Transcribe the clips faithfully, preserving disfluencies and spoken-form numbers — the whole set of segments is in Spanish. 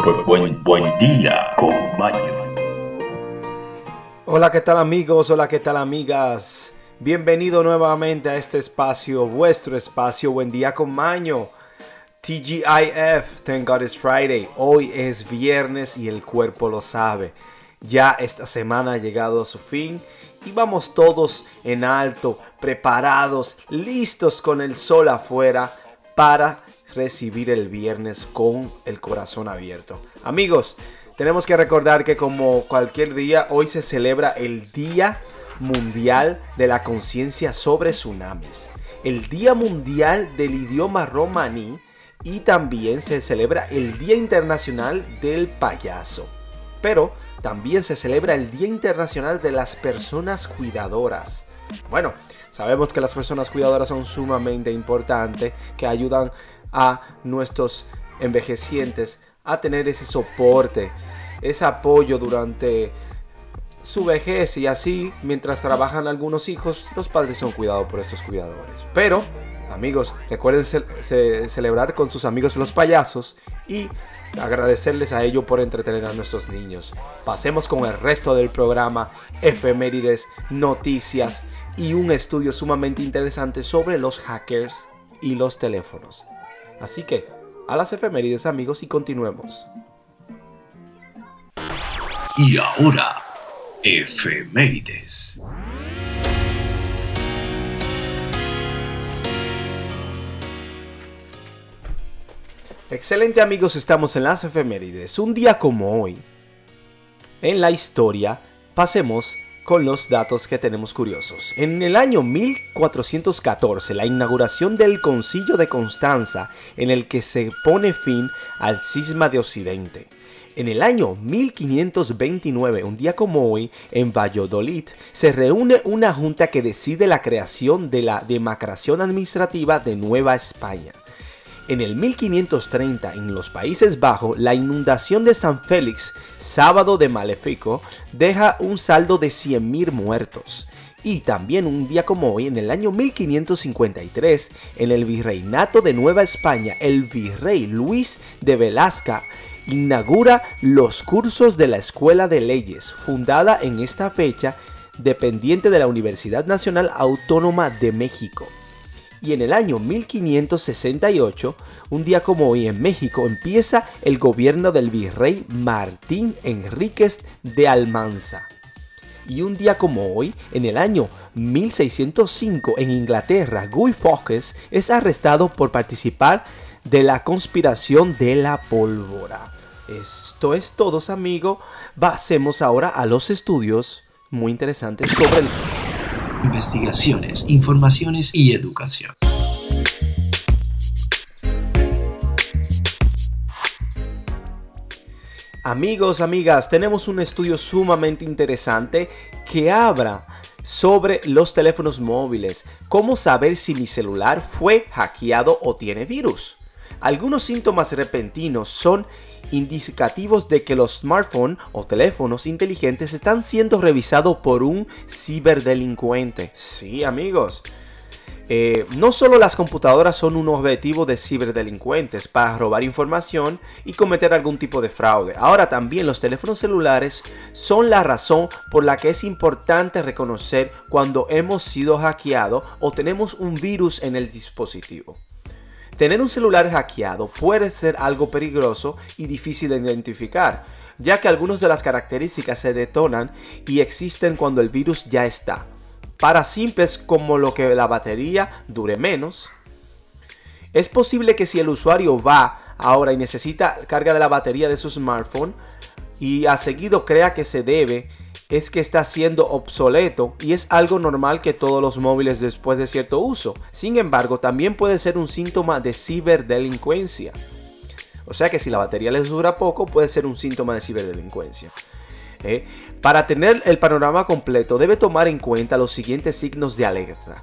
buen, buen, buen día con Maño. Hola, ¿qué tal amigos? Hola, ¿qué tal amigas? Bienvenido nuevamente a este espacio, vuestro espacio, Buen Día con Maño. T G I F, Thank God It's Friday. Hoy es viernes y el cuerpo lo sabe. Ya esta semana ha llegado a su fin y vamos todos en alto, preparados, listos con el sol afuera para recibir el viernes con el corazón abierto. Amigos, tenemos que recordar que como cualquier día, hoy se celebra el Día Mundial de la Conciencia sobre Tsunamis, el Día Mundial del Idioma Romaní y también se celebra el Día Internacional del Payaso. Pero también se celebra el Día Internacional de las Personas Cuidadoras. Bueno, sabemos que las personas cuidadoras son sumamente importantes, que ayudan a nuestros envejecientes a tener ese soporte, ese apoyo durante su vejez, y así mientras trabajan algunos hijos, los padres son cuidados por estos cuidadores. Pero amigos, recuerden ce- ce- celebrar con sus amigos los payasos y agradecerles a ellos por entretener a nuestros niños. Pasemos con el resto del programa, efemérides, noticias y un estudio sumamente interesante sobre los hackers y los teléfonos. Así que, a las efemérides amigos y continuemos. Y ahora, efemérides. Excelente amigos, estamos en las efemérides. Un día como hoy, en la historia, pasemos con los datos que tenemos curiosos. En el año mil cuatrocientos catorce, la inauguración del Concilio de Constanza, en el que se pone fin al cisma de Occidente. En el año mil quinientos veintinueve, un día como hoy, en Valladolid, se reúne una junta que decide la creación de la demarcación administrativa de Nueva España. En el mil quinientos treinta, en los Países Bajos, la inundación de San Félix, sábado de Maléfico, deja un saldo de cien mil muertos. Y también un día como hoy, en el año mil quinientos cincuenta y tres, en el Virreinato de Nueva España, el virrey Luis de Velasco inaugura los cursos de la Escuela de Leyes, fundada en esta fecha, dependiente de la Universidad Nacional Autónoma de México. Y en el año mil quinientos sesenta y ocho, un día como hoy en México, empieza el gobierno del virrey Martín Enríquez de Almanza. Y un día como hoy, en el año mil seiscientos cinco, en Inglaterra, Guy Fawkes es arrestado por participar de la conspiración de la pólvora. Esto es todo, amigos. Pasemos ahora a los estudios muy interesantes sobre el... Investigaciones, informaciones y educación. Amigos, amigas, tenemos un estudio sumamente interesante que habla sobre los teléfonos móviles. ¿Cómo saber si mi celular fue hackeado o tiene virus? Algunos síntomas repentinos son indicativos de que los smartphones o teléfonos inteligentes están siendo revisados por un ciberdelincuente. Sí, amigos. Eh, no solo las computadoras son un objetivo de ciberdelincuentes para robar información y cometer algún tipo de fraude. Ahora también los teléfonos celulares son la razón por la que es importante reconocer cuando hemos sido hackeados o tenemos un virus en el dispositivo. Tener un celular hackeado puede ser algo peligroso y difícil de identificar, ya que algunas de las características se detonan y existen cuando el virus ya está. Para simples como lo que la batería dure menos. Es posible que si el usuario va ahora y necesita carga de la batería de su smartphone y a seguido crea que se debe, es que está siendo obsoleto y es algo normal que todos los móviles después de cierto uso. Sin embargo, también puede ser un síntoma de ciberdelincuencia. O sea que si la batería les dura poco, puede ser un síntoma de ciberdelincuencia. ¿Eh? Para tener el panorama completo, debe tomar en cuenta los siguientes signos de alerta.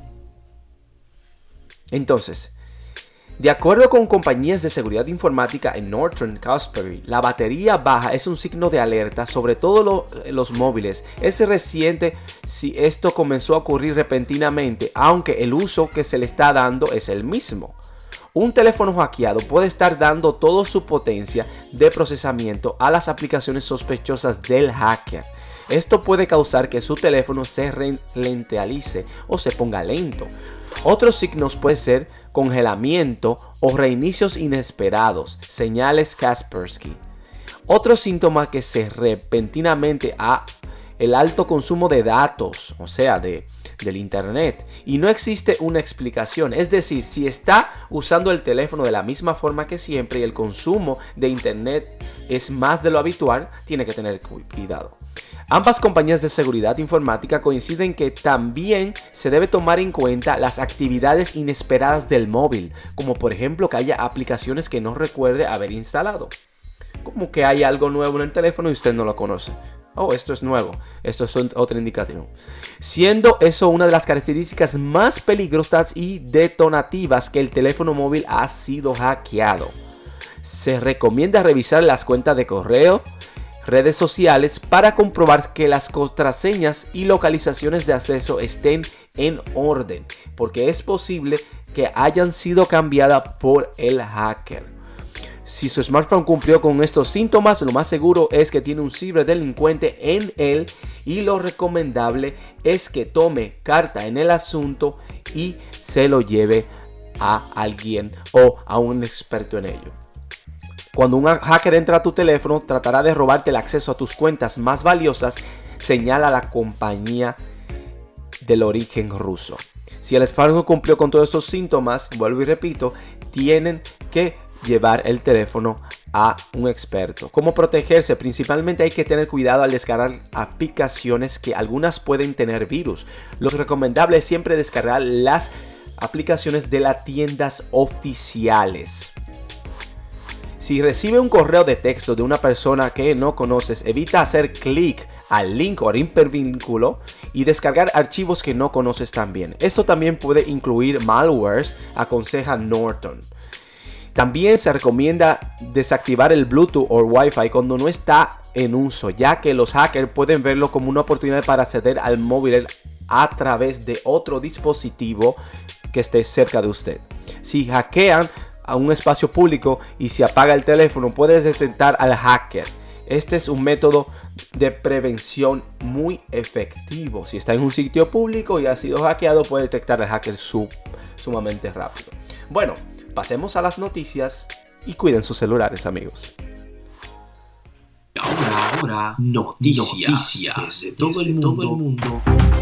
Entonces, de acuerdo con compañías de seguridad informática en Norton Caspery, la batería baja es un signo de alerta, sobre todo lo, los móviles. Es reciente si esto comenzó a ocurrir repentinamente, aunque el uso que se le está dando es el mismo. Un teléfono hackeado puede estar dando toda su potencia de procesamiento a las aplicaciones sospechosas del hacker. Esto puede causar que su teléfono se ralentice o se ponga lento. Otros signos pueden ser congelamiento o reinicios inesperados, señales Kaspersky. Otro síntoma que se repentinamente a el alto consumo de datos, o sea, de, del internet, y no existe una explicación. Es decir, si está usando el teléfono de la misma forma que siempre y el consumo de internet es más de lo habitual, tiene que tener cuidado. Ambas compañías de seguridad informática coinciden que también se debe tomar en cuenta las actividades inesperadas del móvil, como por ejemplo que haya aplicaciones que no recuerde haber instalado. Como que hay algo nuevo en el teléfono y usted no lo conoce. Oh, esto es nuevo. Esto es otra indicación. Siendo eso una de las características más peligrosas y detonativas que el teléfono móvil ha sido hackeado. Se recomienda revisar las cuentas de correo, redes sociales para comprobar que las contraseñas y localizaciones de acceso estén en orden, porque es posible que hayan sido cambiadas por el hacker. Si su smartphone cumplió con estos síntomas, lo más seguro es que tiene un ciberdelincuente en él y lo recomendable es que tome carta en el asunto y se lo lleve a alguien o a un experto en ello. Cuando un hacker entra a tu teléfono, tratará de robarte el acceso a tus cuentas más valiosas, señala la compañía del origen ruso. Si el smartphone cumplió con todos estos síntomas, vuelvo y repito, tienen que llevar el teléfono a un experto. ¿Cómo protegerse? Principalmente hay que tener cuidado al descargar aplicaciones que algunas pueden tener virus. Lo recomendable es siempre descargar las aplicaciones de las tiendas oficiales. Si recibe un correo de texto de una persona que no conoces, evita hacer clic al link o hipervínculo y descargar archivos que no conoces también. Esto también puede incluir malwares, aconseja Norton. También se recomienda desactivar el Bluetooth o Wi-Fi cuando no está en uso, ya que los hackers pueden verlo como una oportunidad para acceder al móvil a través de otro dispositivo que esté cerca de usted. Si hackean a un espacio público y se apaga el teléfono, puedes detectar al hacker. Este es un método de prevención muy efectivo. Si está en un sitio público y ha sido hackeado, puede detectar al hacker sub, sumamente rápido. Bueno, pasemos a las noticias y cuiden sus celulares, amigos. Ahora, ahora, noticias, noticias desde, todo, desde el todo el mundo.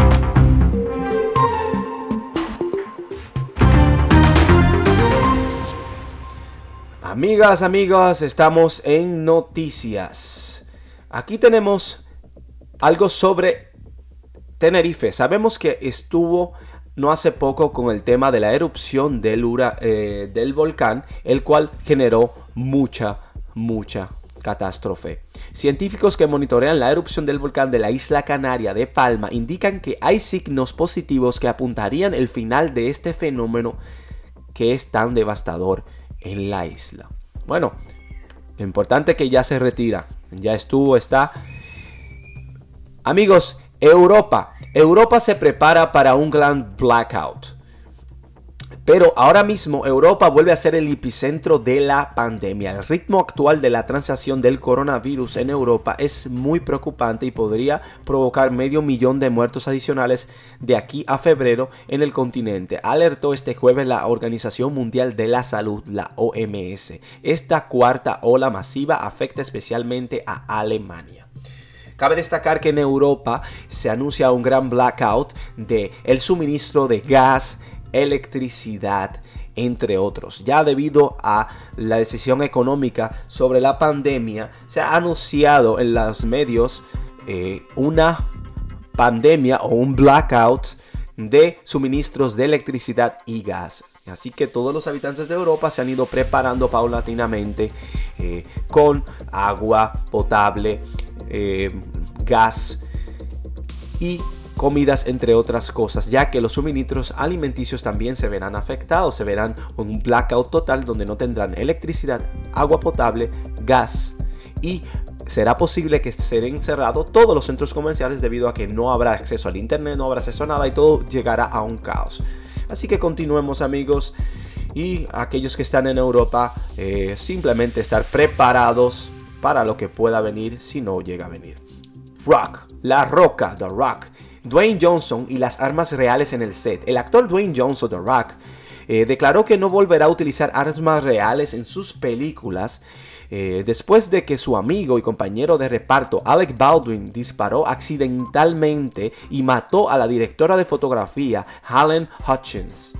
Amigas, amigos, estamos en noticias. Aquí tenemos algo sobre Tenerife. Sabemos que estuvo no hace poco con el tema de la erupción del, ura, eh, del volcán, el cual generó mucha, mucha catástrofe. Científicos que monitorean la erupción del volcán de la isla canaria de Palma indican que hay signos positivos que apuntarían el final de este fenómeno que es tan devastador en la isla. Bueno, lo importante es que ya se retira, ya estuvo, está. Amigos, Europa, Europa se prepara para un gran blackout. Pero ahora mismo Europa vuelve a ser el epicentro de la pandemia. El ritmo actual de la transmisión del coronavirus en Europa es muy preocupante y podría provocar medio millón de muertos adicionales de aquí a febrero en el continente, alertó este jueves la Organización Mundial de la Salud, la O M S. Esta cuarta ola masiva afecta especialmente a Alemania. Cabe destacar que en Europa se anuncia un gran blackout de el suministro de gas, electricidad, entre otros. Ya debido a la decisión económica sobre la pandemia, se ha anunciado en los medios eh, una pandemia o un blackout de suministros de electricidad y gas. Así que todos los habitantes de Europa se han ido preparando paulatinamente eh, con agua potable, eh, gas y comidas, entre otras cosas, ya que los suministros alimenticios también se verán afectados, se verán en un blackout total donde no tendrán electricidad, agua potable, gas, y será posible que serán cerrados todos los centros comerciales debido a que no habrá acceso al internet, no habrá acceso a nada y todo llegará a un caos. Así que continuemos, amigos, y aquellos que están en Europa eh, simplemente estar preparados para lo que pueda venir si no llega a venir. Rock, La Roca, The Rock, Dwayne Johnson y las armas reales en el set. El actor Dwayne Johnson, The Rock, eh, declaró que no volverá a utilizar armas reales en sus películas eh, después de que su amigo y compañero de reparto Alec Baldwin disparó accidentalmente y mató a la directora de fotografía Helen Hutchins.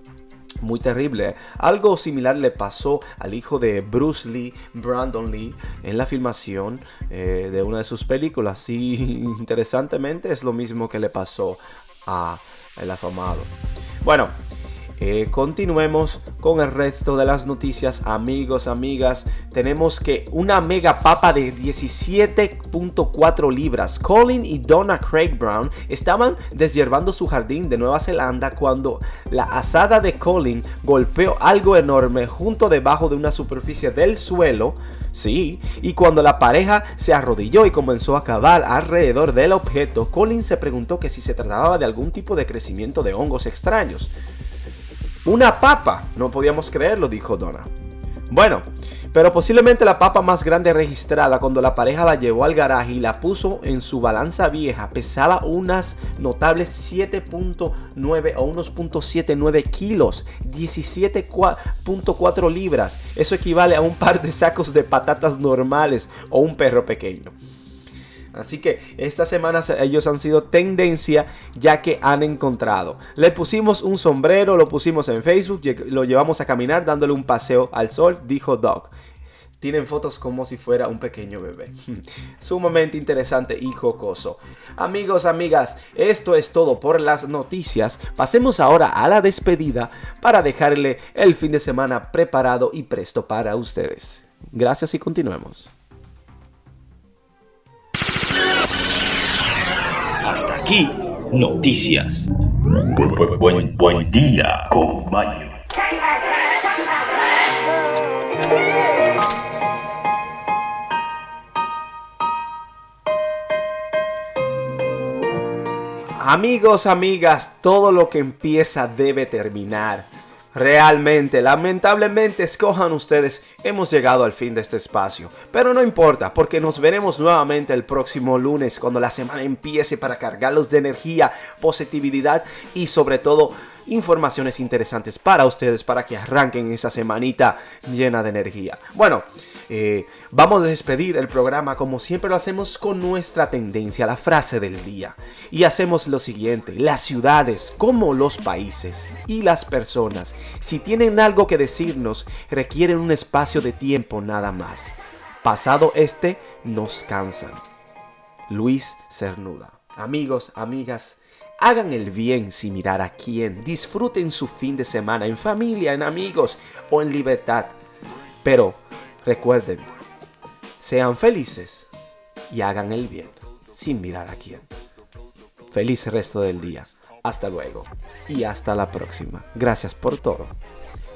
Muy terrible. Algo similar le pasó al hijo de Bruce Lee, Brandon Lee, en la filmación eh, de una de sus películas. Y interesantemente es lo mismo que le pasó a el afamado. Bueno, eh, continuemos con el resto de las noticias, amigos, amigas. Tenemos que una mega papa de diecisiete punto cuatro libras, Colin y Donna Craig Brown, estaban deshiervando su jardín de Nueva Zelanda cuando la azada de Colin golpeó algo enorme junto debajo de una superficie del suelo. Sí, y cuando la pareja se arrodilló y comenzó a cavar alrededor del objeto, Colin se preguntó que si se trataba de algún tipo de crecimiento de hongos extraños. Una papa, no podíamos creerlo, dijo Donna. Bueno, pero posiblemente la papa más grande registrada cuando la pareja la llevó al garaje y la puso en su balanza vieja pesaba unas notables siete punto nueve o unos punto setenta y nueve kilos, diecisiete punto cuatro libras. Eso equivale a un par de sacos de patatas normales o un perro pequeño. Así que esta semana ellos han sido tendencia ya que han encontrado. Le pusimos un sombrero, lo pusimos en Facebook, lo llevamos a caminar dándole un paseo al sol, dijo Doug. Tienen fotos como si fuera un pequeño bebé. Sumamente interesante y jocoso. Amigos, amigas, esto es todo por las noticias. Pasemos ahora a la despedida para dejarle el fin de semana preparado y presto para ustedes. Gracias y continuemos. Hasta aquí, noticias. Buen, buen, buen, buen día con Maño. Amigos, amigas, todo lo que empieza debe terminar. Realmente, lamentablemente, escojan ustedes, hemos llegado al fin de este espacio. Pero no importa, porque nos veremos nuevamente el próximo lunes cuando la semana empiece para cargarlos de energía, positividad y sobre todo informaciones interesantes para ustedes para que arranquen esa semanita llena de energía. Bueno, eh, vamos a despedir el programa como siempre lo hacemos con nuestra tendencia, la frase del día. Y hacemos lo siguiente: las ciudades como los países y las personas, si tienen algo que decirnos, requieren un espacio de tiempo nada más. Pasado este, nos cansan. Luis Cernuda. Amigos, amigas, hagan el bien sin mirar a quién. Disfruten su fin de semana en familia, en amigos o en libertad. Pero recuerden, sean felices y hagan el bien sin mirar a quién. Feliz resto del día. Hasta luego y hasta la próxima. Gracias por todo.